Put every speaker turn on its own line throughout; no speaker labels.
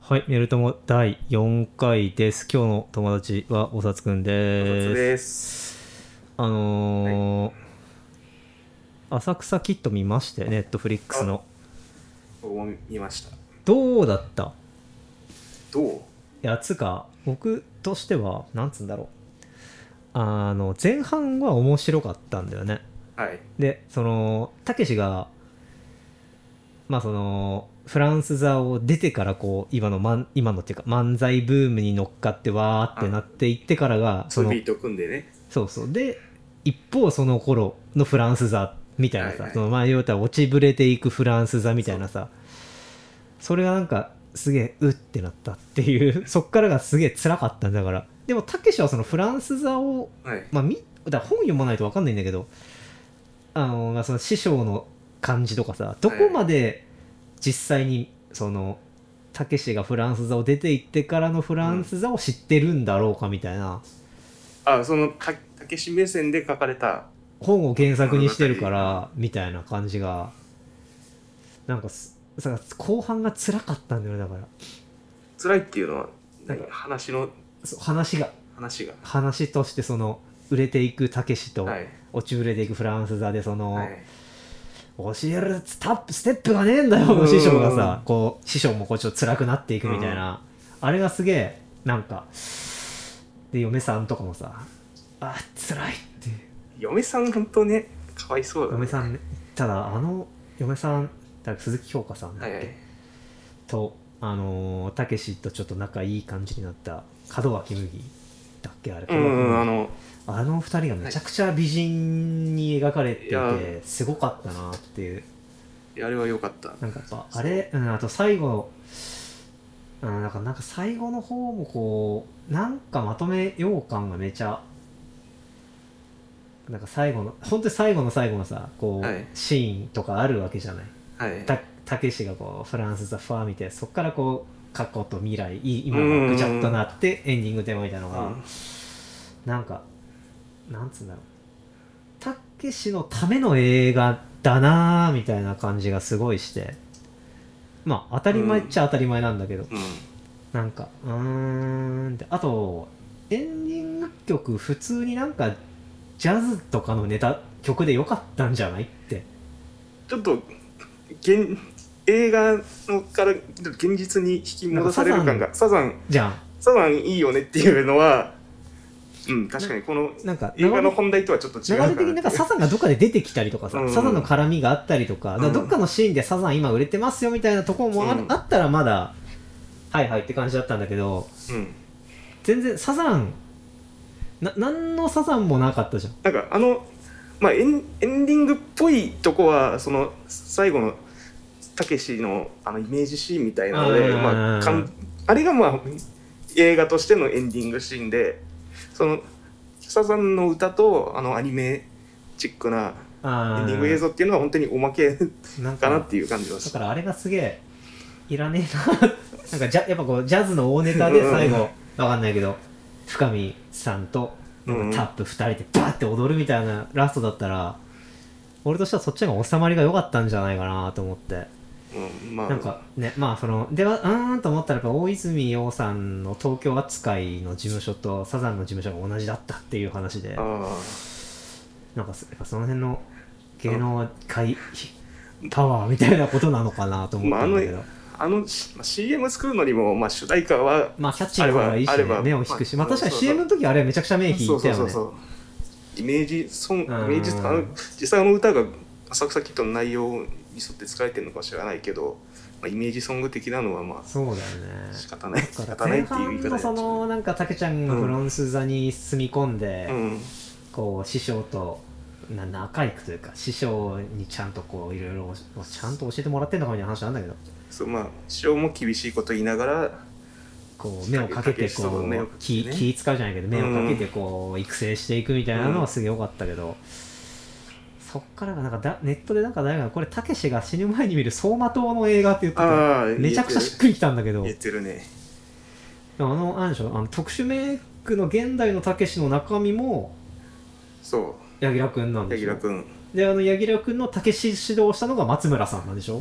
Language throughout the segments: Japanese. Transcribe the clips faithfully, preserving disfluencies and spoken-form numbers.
はい、メルトモだいよんかいです。今日の友達はおさつくんです。
おさつです。
あのー
はい、
浅草キッド見まして、ネットフリックスの。
僕も見ました。
どうだった？
どう？
いやつか僕としてはなんつうんだろう、あの前半は面白かったんだよね。
はい。
でそのたけしがまあそのフランス座を出てからこう今のまん今のっていうか漫才ブームに乗っかってわーってなっていってからがその
ツービート組んでね。
そうそうで一方その頃のフランス座みたいなさ、
はいはい、
そのまあ言うたら落ちぶれていくフランス座みたいなさ、 そ, それがなんかすげえうってなったっていうそっからがすげえ辛かったんだから。でもたけしはそのフランス座を、
はい、
まあ、みだから本読まないと分かんないんだけど、あの、まあ、その師匠の感じとかさ、どこまで実際にそのたけしがフランス座を出て行ってからのフランス座を知ってるんだろうかみたいな、
うん、あ、そのたたけし目線で書かれた
本を原作にしてるからみたいな感じがなんかさ、後半が辛かったんだよね。だから
辛いっていうのは
なんか
話の
話が
話が
話としてその売れていくたけしと、
はい、
落ちぶれていくフランス座でその、
はい、
教えるスタップステップがねえんだよの師匠がさ、こう師匠もこうちょっと辛くなっていくみたいな、あれがすげえなんかで、嫁さんとかもさ、あ辛いって。
嫁さん本当ねかわいそうだね。
嫁さん、ね、ただあの嫁さんだ鈴木京香さんだっけ、はいはい、とあのたけしとちょっと仲いい感じになった門脇麦だっけあれ、
うん、うん、あの
あの二人がめちゃくちゃ美人に描かれていてすごかったなっていう。
いやあれは良かった。
なんかやっぱあれ、うん、あと最後、うん、なんかなんか最後の方もこうなんかまとめよう感がめちゃなんか最後の本当に最後の最後のさこう、はい、シーンとかあるわけじゃない。はい、た, たけしがこうフランスザファー見てそこからこう過去と未来今がぐちゃっとなってエンディングテーマみたいなのが、うん、なんかなんつうんだろう、たけしのための映画だなーみたいな感じがすごいして、まあ当たり前っちゃ当たり前なんだけど、うん、なんかうーんで、あとエンディング曲普通になんかジャズとかのネタ曲でよかったんじゃないって
ちょっと現映画のから現実に引き戻される感が、サザンじゃん、サザンいいよねっていうのは、うん、確かにこの映画の本題とはちょっと違うかな。
流れ的になんかサザンがどっかで出てきたりとかさ、うん、サザンの絡みがあったりとか、うん、だからどっかのシーンでサザン今売れてますよみたいなところも あ,、うん、あったらまだはいはいって感じだったんだけど、うん、全然サザンな何のサザンもなかったじゃん。
なんかあの、まあ、エン, エンディングっぽいとこはその最後のたけしのあのイメージシーンみたいなので、あ,、まあ、かんあれがまあ映画としてのエンディングシーンで、そのサザンの歌とあのアニメチックなエンディング映像っていうのは本当におまけかなっていう感じはした。
だからあれがすげえいらねえななんかじゃやっぱこうジャズの大ネタで最後わかんないけど深見さんとなんかタップふたりでバーって踊るみたいなラストだったら、俺としてはそっちの方が収まりが良かったんじゃないかなと思って、うん、まあ、なんかね、まあそのではうーんと思ったらやっぱ大泉洋さんの東京扱いの事務所とサザンの事務所が同じだったっていう話で、あなんかやっぱその辺の芸能界パワーみたいなことなのかなと思ったんだけど、ま
あ、あの シーエム 作るのにも、まあ、主題歌は
まあキャッチーな方がいいし、ね、目を引くし、まあ、まあ、確かに シーエム の時あれめちゃくちゃ目引いたよね。そうそうそうそう、
イメージソング、イメージあの実際あの歌が浅草キッドの内容に沿って使われてるのか知らないけど、まあ、イメージソング的なのはまあ
そうだよね、
仕方ない仕方ないっていう言い方で、
前半のそのなんかたけちゃんがフランス座に住み込んで、うん、こう師匠とな仲良くというか師匠にちゃんとこういろいろちゃんと教えてもらってんのかみたいな話なんだけど、
そう、まあ師匠も厳しいこと言いながら
こう目をかけてこう、ね、気, 気使うじゃないけど目をかけてこう育成していくみたいなのはすげえ良かったけど、うん、そっからがなんかだネットでなんか誰かこれたけしが死ぬ前に見る走馬灯の映画って言っててめちゃくちゃしっくりきたんだけど、
言ってるね。
あのあんでしょ、あの特殊メイクの現代のたけしの中身も
そう
柳楽くんなんでしょ。
柳楽くん
であの柳楽くんのたけし指導したのが松村さんなんでしょ。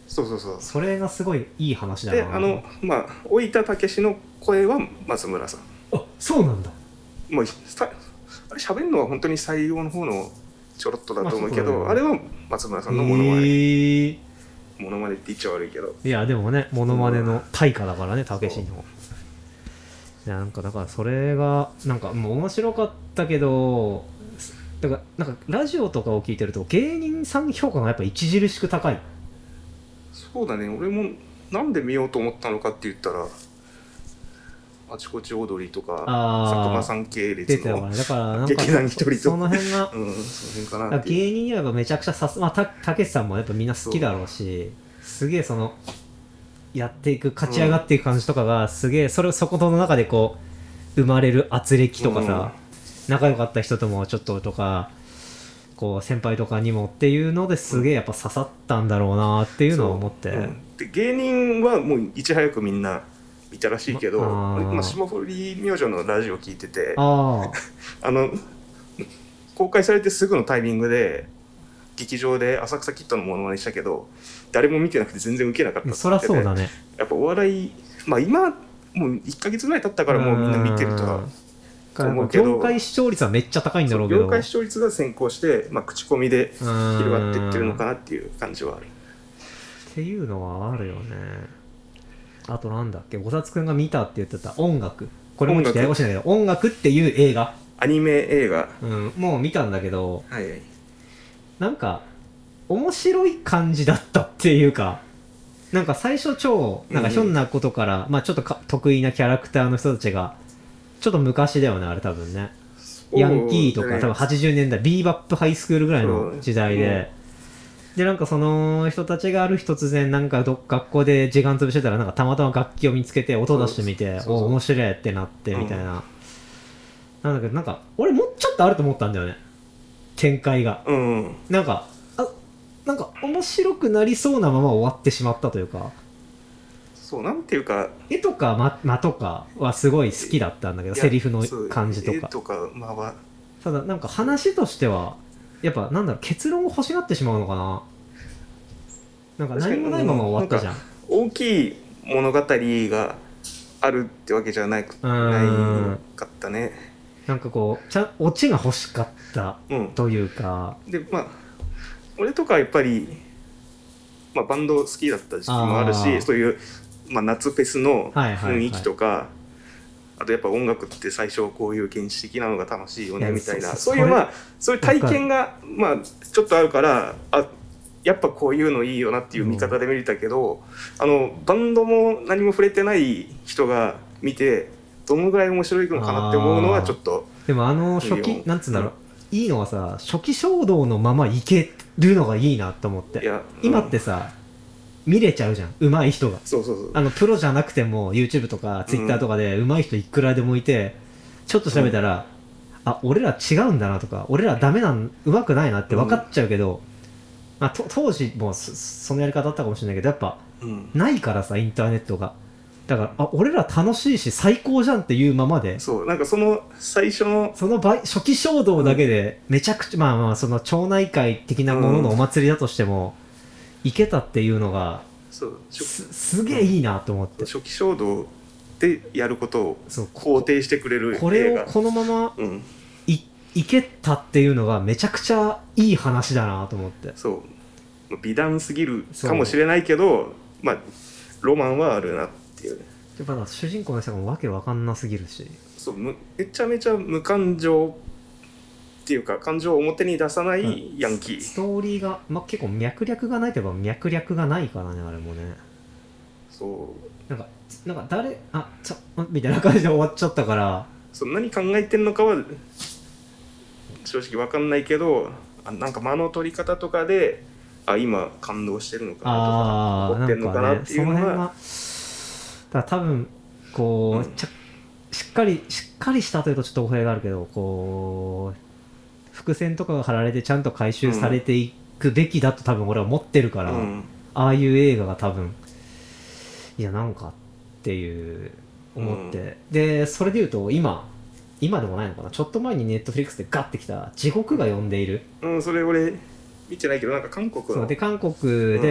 そうそうそう、
それがすごいいい話だな。
であのまあ老田武の声は松村さん。
あ、そうなんだ。
もうさあれ喋るのは本当に最後の方のちょろっとだと思うけど、まあ、あれは松村さんのモノマネ、えー、モノマネって言っちゃ悪いけど、
いやでもねモノマネの大家だからね、たけしの。なんかだからそれがなんかもう面白かったけど、だからなんかラジオとかを聞いてると芸人さん評価がやっぱ著しく高い。
そうだね、俺もなんで見ようと思ったのかって言ったらあちこちオードリーとか佐久間さん系列の劇団一人と
その辺が、
うん、その辺かなっていう。
芸人にはめちゃくちゃさす、まあ、たたけしさんもやっぱみんな好きだろうし、すげえそのやっていく勝ち上がっていく感じとかがすげえ、それそことの中でこう生まれる圧力とかさ、うん、仲良かった人ともちょっととかこう先輩とかにもっていうのですげえやっぱ刺さったんだろうなっていうのを思って、うん、
で芸人はもういち早くみんな見たらしいけど、ままあ、霜降り明星のラジオ聞いててああの公開されてすぐのタイミングで劇場で浅草キッドのモノマネしたけど誰も見てなくて全然ウケなかったって、ね、
そりゃそうだね。
やっぱお笑い、まあ今もういっかげつぐらい経ったからもうみんな見てるとは思うけど、
業界視聴率はめっちゃ高いんだろうけど、
業界視聴率が先行して、まあ、口コミで広がっていってるのかなっていう感じはある
っていうのはあるよね。あとなんだっけ、おさつくんが見たって言ってた音楽、これもちょっとややこしいんだけど、音楽っていう映画、
アニメ映画、
うん、もう見たんだけど、
はいはい、
なんか面白い感じだったっていうか、なんか最初超なんかひょんなことから、うん、まあちょっとか得意なキャラクターの人たちがちょっと昔だよねあれ多分ね、ヤンキーとか、ね、多分はちじゅうねんだいビーバップハイスクールぐらいの時代で、でなんかその人たちがある日突然なんかど学校で時間潰してたらなんかたまたま楽器を見つけて音出してみて、お面白いってなってみたいな、うん、なんだけどなんか俺もうちょっとあると思ったんだよね展開が、うん、なんかあなんか面白くなりそうなまま終わってしまったというか、
そうなんていうか
絵とか間、間とかはすごい好きだったんだけど、セリフの感じとか
絵とか間は
ただなんか話としてはやっぱなんだろう結論を欲しがってしまうのかな、なんか何もないまま終わったじゃん。
大きい物語があるってわけじゃないないかったね。
なんかこうちゃオチが欲しかったというか、
うん、でまあ俺とかやっぱり、まあ、バンド好きだった時期もあるし、そういう、まあ、夏フェスの雰囲気とか、はいはいはい、あとやっぱ音楽って最初こういう原始的なのが楽しいよねみたいな、そういうまあそういう体験がまあちょっとあるから、あやっぱこういうのいいよなっていう見方で見れたけど、うん、あのバンドも何も触れてない人が見てどのぐらい面白いのかなって思うのはちょっと。
でもあの初期なんつうんだろう、うん、いいのはさ初期衝動のままいけるのがいいなと思って。いや、うん、今ってさ見れちゃうじゃん上手い人が。
そうそうそう、
あのプロじゃなくても YouTube とか Twitter とかで上手い人いくらでもいて、ちょっと調べたら、うん、あ俺ら違うんだなとか俺らダメなん上手くないなって分かっちゃうけど、うんまあ、当時も そ, そのやり方だったかもしれないけどやっぱ、うん、ないからさインターネットが。だからあ俺ら楽しいし最高じゃんっていうままで、
そうなんかその最初の
その倍初期衝動だけでめちゃくちゃ、うん、まあまあその町内会的なもののお祭りだとしても、うん、いけたっていうのが
そう す,
すげえいいなと思って、
初期衝動でやることを肯定してくれる映画、
これをこのまま、うん、い, いけたっていうのがめちゃくちゃいい話だなと思って。
そう美談すぎるかもしれないけどまあロマンはあるなっていう。
やっぱ主人公の人がわけわかんなすぎるし、
そうむめちゃめちゃ無感情っていうか感情を表に出さないヤンキー、
ストーリーが、まあ、結構脈略がないといえば脈略がないからねあれもね。
そう
なんかなんか誰あちょみたいな感じで終わっちゃったから、
そう何考えてんのかは正直わかんないけど、あなんか間の取り方とかであ今感動してるのかなとか思ってるのかなっていうのが、ね、
だ多分こう、うん、ちゃしっかりしっかりしたというとちょっと語弊があるけどこう伏線とかが張られてちゃんと回収されていくべきだと多分俺は思ってるから、うん、ああいう映画が多分いやなんかっていう思って、うん、でそれでいうと今今でもないのかな、ちょっと前にネットフリックスでガッてきた地獄が呼んでいる、
うん、それ俺見てないけどなんか韓国の
そうで韓国で、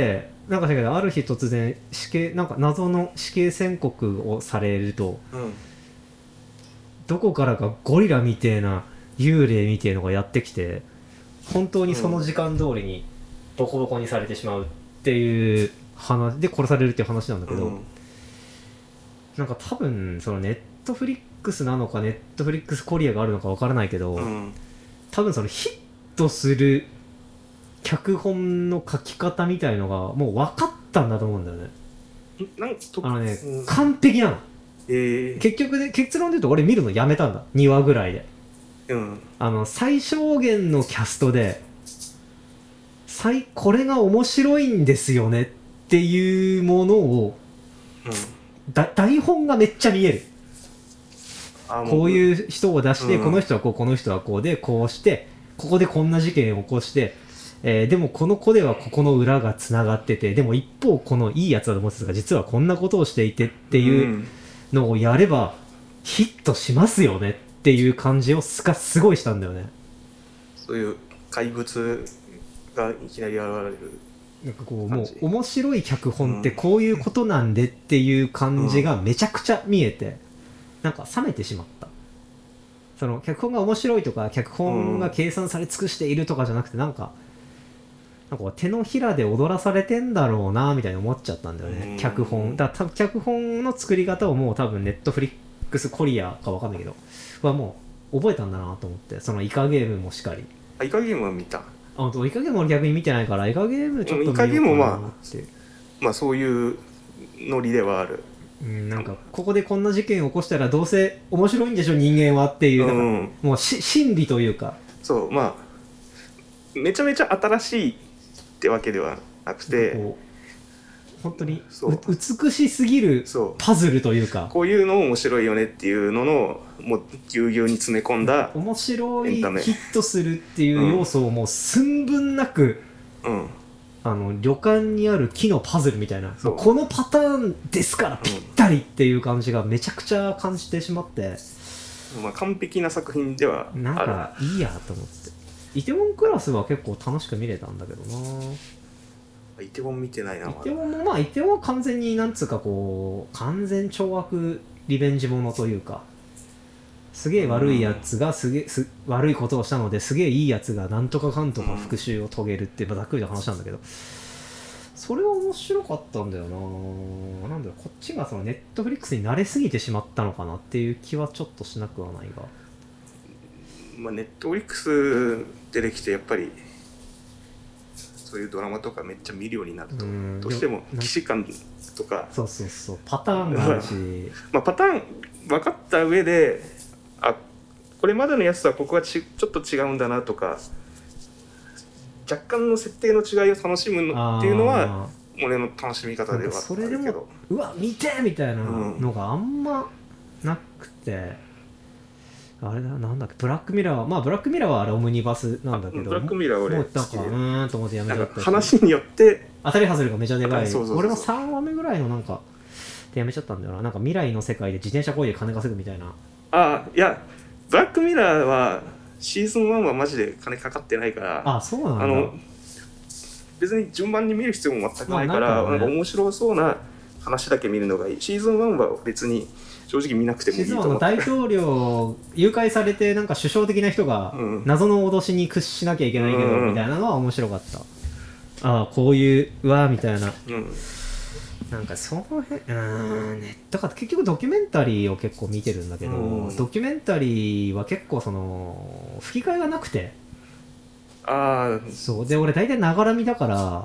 なんかだけどある日突然死刑なんか謎の死刑宣告をされると、
うん、
どこからかゴリラみてえな幽霊みてえのがやってきて本当にその時間通りにボコボコにされてしまうっていう話で殺されるっていう話なんだけど、うん、なんか多分そのネットフリックスなのかネットフリックスコリアがあるのかわからないけど、うん、多分そのヒットする脚本の書き方みたいのがもう分かったんだと思うんだよね。
なん
あのね、うん、完璧なの、えー、結局で結論で言うと俺見るのやめたんだにわぐらいで、うん、あの最小限のキャストで最これが面白いんですよねっていうものを、うん、だ台本がめっちゃ見える。こういう人を出して、うん、この人はこうこの人はこうでこうしてここでこんな事件を起こしてえー、でもこの子ではここの裏がつながっててでも一方このいいやつだと思ってたが実はこんなことをしていてっていうのをやればヒットしますよねっていう感じをすかすごいしたんだよね。
そういう怪物がいきなり現れる
なんかこうもう面白い脚本ってこういうことなんでっていう感じがめちゃくちゃ見えてなんか冷めてしまった。その脚本が面白いとか脚本が計算され尽くしているとかじゃなくてなんかなんか手のひらで踊らされてんだろうなみたいに思っちゃったんだよね。脚本だから脚本の作り方をもう多分ネットフリックスコリアか分かんないけどはもう覚えたんだなと思って、そのイカゲームもしかり。
あ、イカゲームは見た。あ、
本当イカゲーム俺逆に見てないからイカゲームちょっと見ようかなって。イカゲームもま
あまあそういうノリではある。
うん、なんかここでこんな事件を起こしたらどうせ面白いんでしょ人間はっていう、なんかもうし心理というか、
そうまあめちゃめちゃ新しいってわけではなくてこ
う本当に美しすぎるパズルというか
こういうの面白いよねっていうののもうぎゅうぎゅうに詰め込んだ
面白いヒットするっていう要素をもう寸分なく、うん、あの旅館にある木のパズルみたいなこのパターンですからぴったりっていう感じがめちゃくちゃ感じてしまって、
うんまあ、完璧な作品ではある。
なんかいいやと思ってイテウォンクラスは結構楽しく見れたんだけどな。
イテウォン見てないな。
イテウォンもまあイテウォンは完全になんつうかこう完全懲悪リベンジものというかすげえ悪いやつがすげえす悪いことをしたのですげえいいやつがなんとかかんとか復讐を遂げるってざっくりな話なんだけど、それは面白かったんだよな。なんだろうこっちがそのネットフリックスに慣れすぎてしまったのかなっていう気はちょっとしなくはないが。
まあ、ネットフリックス出てきてやっぱりそういうドラマとかめっちゃ見るようになるとどうしても既視感とか
そうそうそうパターンがあるし
まあパターン分かった上であこれまでのやつとはここはちちょっと違うんだなとか若干の設定の違いを楽しむのっていうのは俺の楽しみ方ではあるけど
それでもうわ見てみたいなのがあんまなくて、あれだなんだっけブラックミラーはまあブラックミラーはあれオムニバスなんだけど
ブラックミラー俺
もうなんかうーんと思ってやめちゃったし
話によって
当たり外れがめちゃでかい。そうそうそう俺もさんわめぐらいのなんかでやめちゃったんだよな。なんか未来の世界で自転車こいで金稼ぐみたいな。
あいやブラックミラーはシーズンワンはマジで金かかってないから
あそうなんだ。あの
別に順番に見る必要も全くないから、まあなんかね、なんか面白そうな話だけ見るのがいい。シーズンワンは別に正直見なくてもいいと思う。シーズンワンの大
統領誘拐されてなんか首相的な人が謎の脅しに屈しなきゃいけないけど、うん、みたいなのは面白かった。ああこういううわーみたいな、うん、なんかその辺うーんねだから結局ドキュメンタリーを結構見てるんだけど、うん、ドキュメンタリーは結構その吹き替えがなくて
あ
そうで俺大体ながら見だから、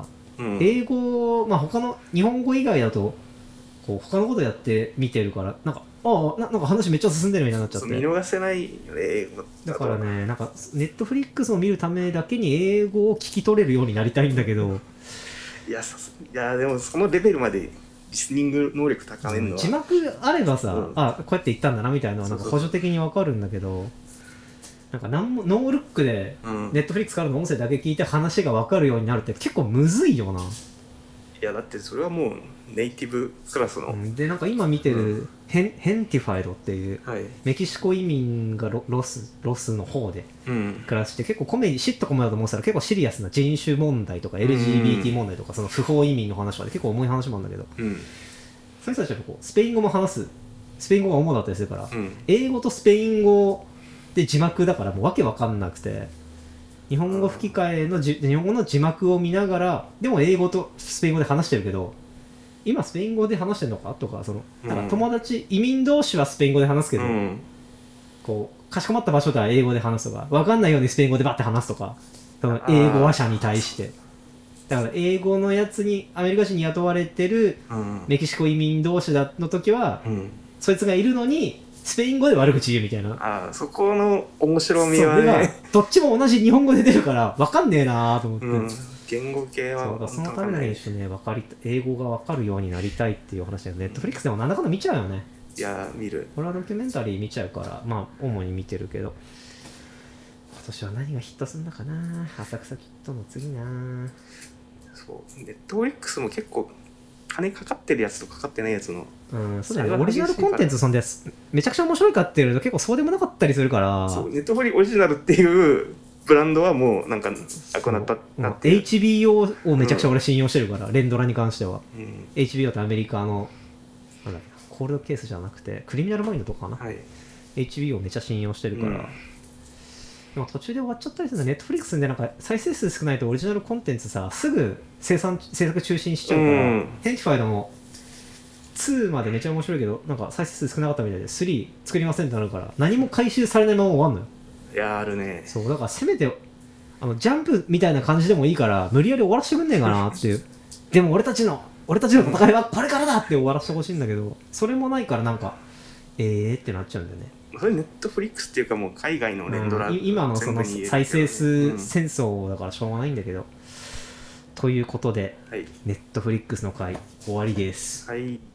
うん、英語まあ他の日本語以外だとこう他のことやって見てるからなんかああ な, なんか話めっちゃ進んでるみたいになっちゃって
見逃せないよね英語
だからねなんかネットフリックスを見るためだけに英語を聞き取れるようになりたいんだけど
いやさいやでもそのレベルまでリスニング能力高めるのは
字幕あればさ、うん、あこうやって言ったんだなみたいなのはなんか補助的に分かるんだけどなんかなんもノールックでネットフリックスからの音声だけ聞いて話が分かるようになるって結構むずいよな。
いやだってそれはもうネイティブクラスの、
うん、でなんか今見てる、うん、ヘンヘンティファイドっていう、はい、メキシコ移民が ロ, ロスロスの方で暮らして、うん、結構コメディシットコメだと思ってたら結構シリアスな人種問題とか エルジービーティー 問題とか、うん、その不法移民の話とかで結構重い話もあるんだけど、うん、そういう人たちはこうスペイン語も話すスペイン語が主だったりするから、うん、英語とスペイン語で字幕だからもうわけわかんなくて、日本語吹き替えのじ日本語の字幕を見ながらでも英語とスペイン語で話してるけど、今スペイン語で話してるのかとか、そのなんか友達、うん、移民同士はスペイン語で話すけど、うん、こうかしこまった場所では英語で話すとか、分かんないようにスペイン語でバッて話すとか、その英語話者に対してだから英語のやつにアメリカ人に雇われてるメキシコ移民同士だの時は、うん、そいつがいるのにスペイン語で悪口言うみたいな、
ああそこの面白みはね、
どっちも同じ日本語で出るから分かんねえなと思って、うん、
言語系は
そうだ、そのためにしてね、分かり英語が分かるようになりたいっていう話だよね。ネットフリックスでもなんだかんだ見ちゃうよね。
いや見る、
俺はドキュメンタリー見ちゃうからまあ主に見てるけど、今年は何がヒットするのかな。浅草キッドの次な。
そうネットフリックスも結構金かかってるやつとかかってないやつの、
うん、そうだね、オリジナルコンテンツそんでめちゃくちゃ面白いかっていうと結構そうでもなかったりするから、
そうネットフリオリジナルっていうブランドはもうなんかなくなったなって、
エイチビーオー をめちゃくちゃ俺信用してるから、うん、連ドラに関しては、うん、エイチビーオー ってアメリカのなんだっけコールドケースじゃなくてクリミナルマインドとかかな、はい、エイチビーオー めちゃ信用してるから、うん、でも途中で終わっちゃったりするんだ。ネットフリックスでなんか再生数少ないとオリジナルコンテンツさすぐ生産制作中止にしちゃうから、うん、ヘンティファイドもにまでめちゃ面白いけどなんか再生数少なかったみたいでさん作りませんってなるから何も回収されないまま終わんのよ。
いやあるね。
そうだからせめてあのジャンプみたいな感じでもいいから無理やり終わらせてくんねえかなっていうでも俺たちの俺たちの戦いはこれからだって終わらせてほしいんだけど、それもないからなんかえーってなっちゃうんだよね。
それネットフリックスっていうかもう海外の連ドラ、
うん、今のその再生数戦争だからしょうがないんだけど、うん、ということで、はい、ネットフリックスの回終わりです。
はい。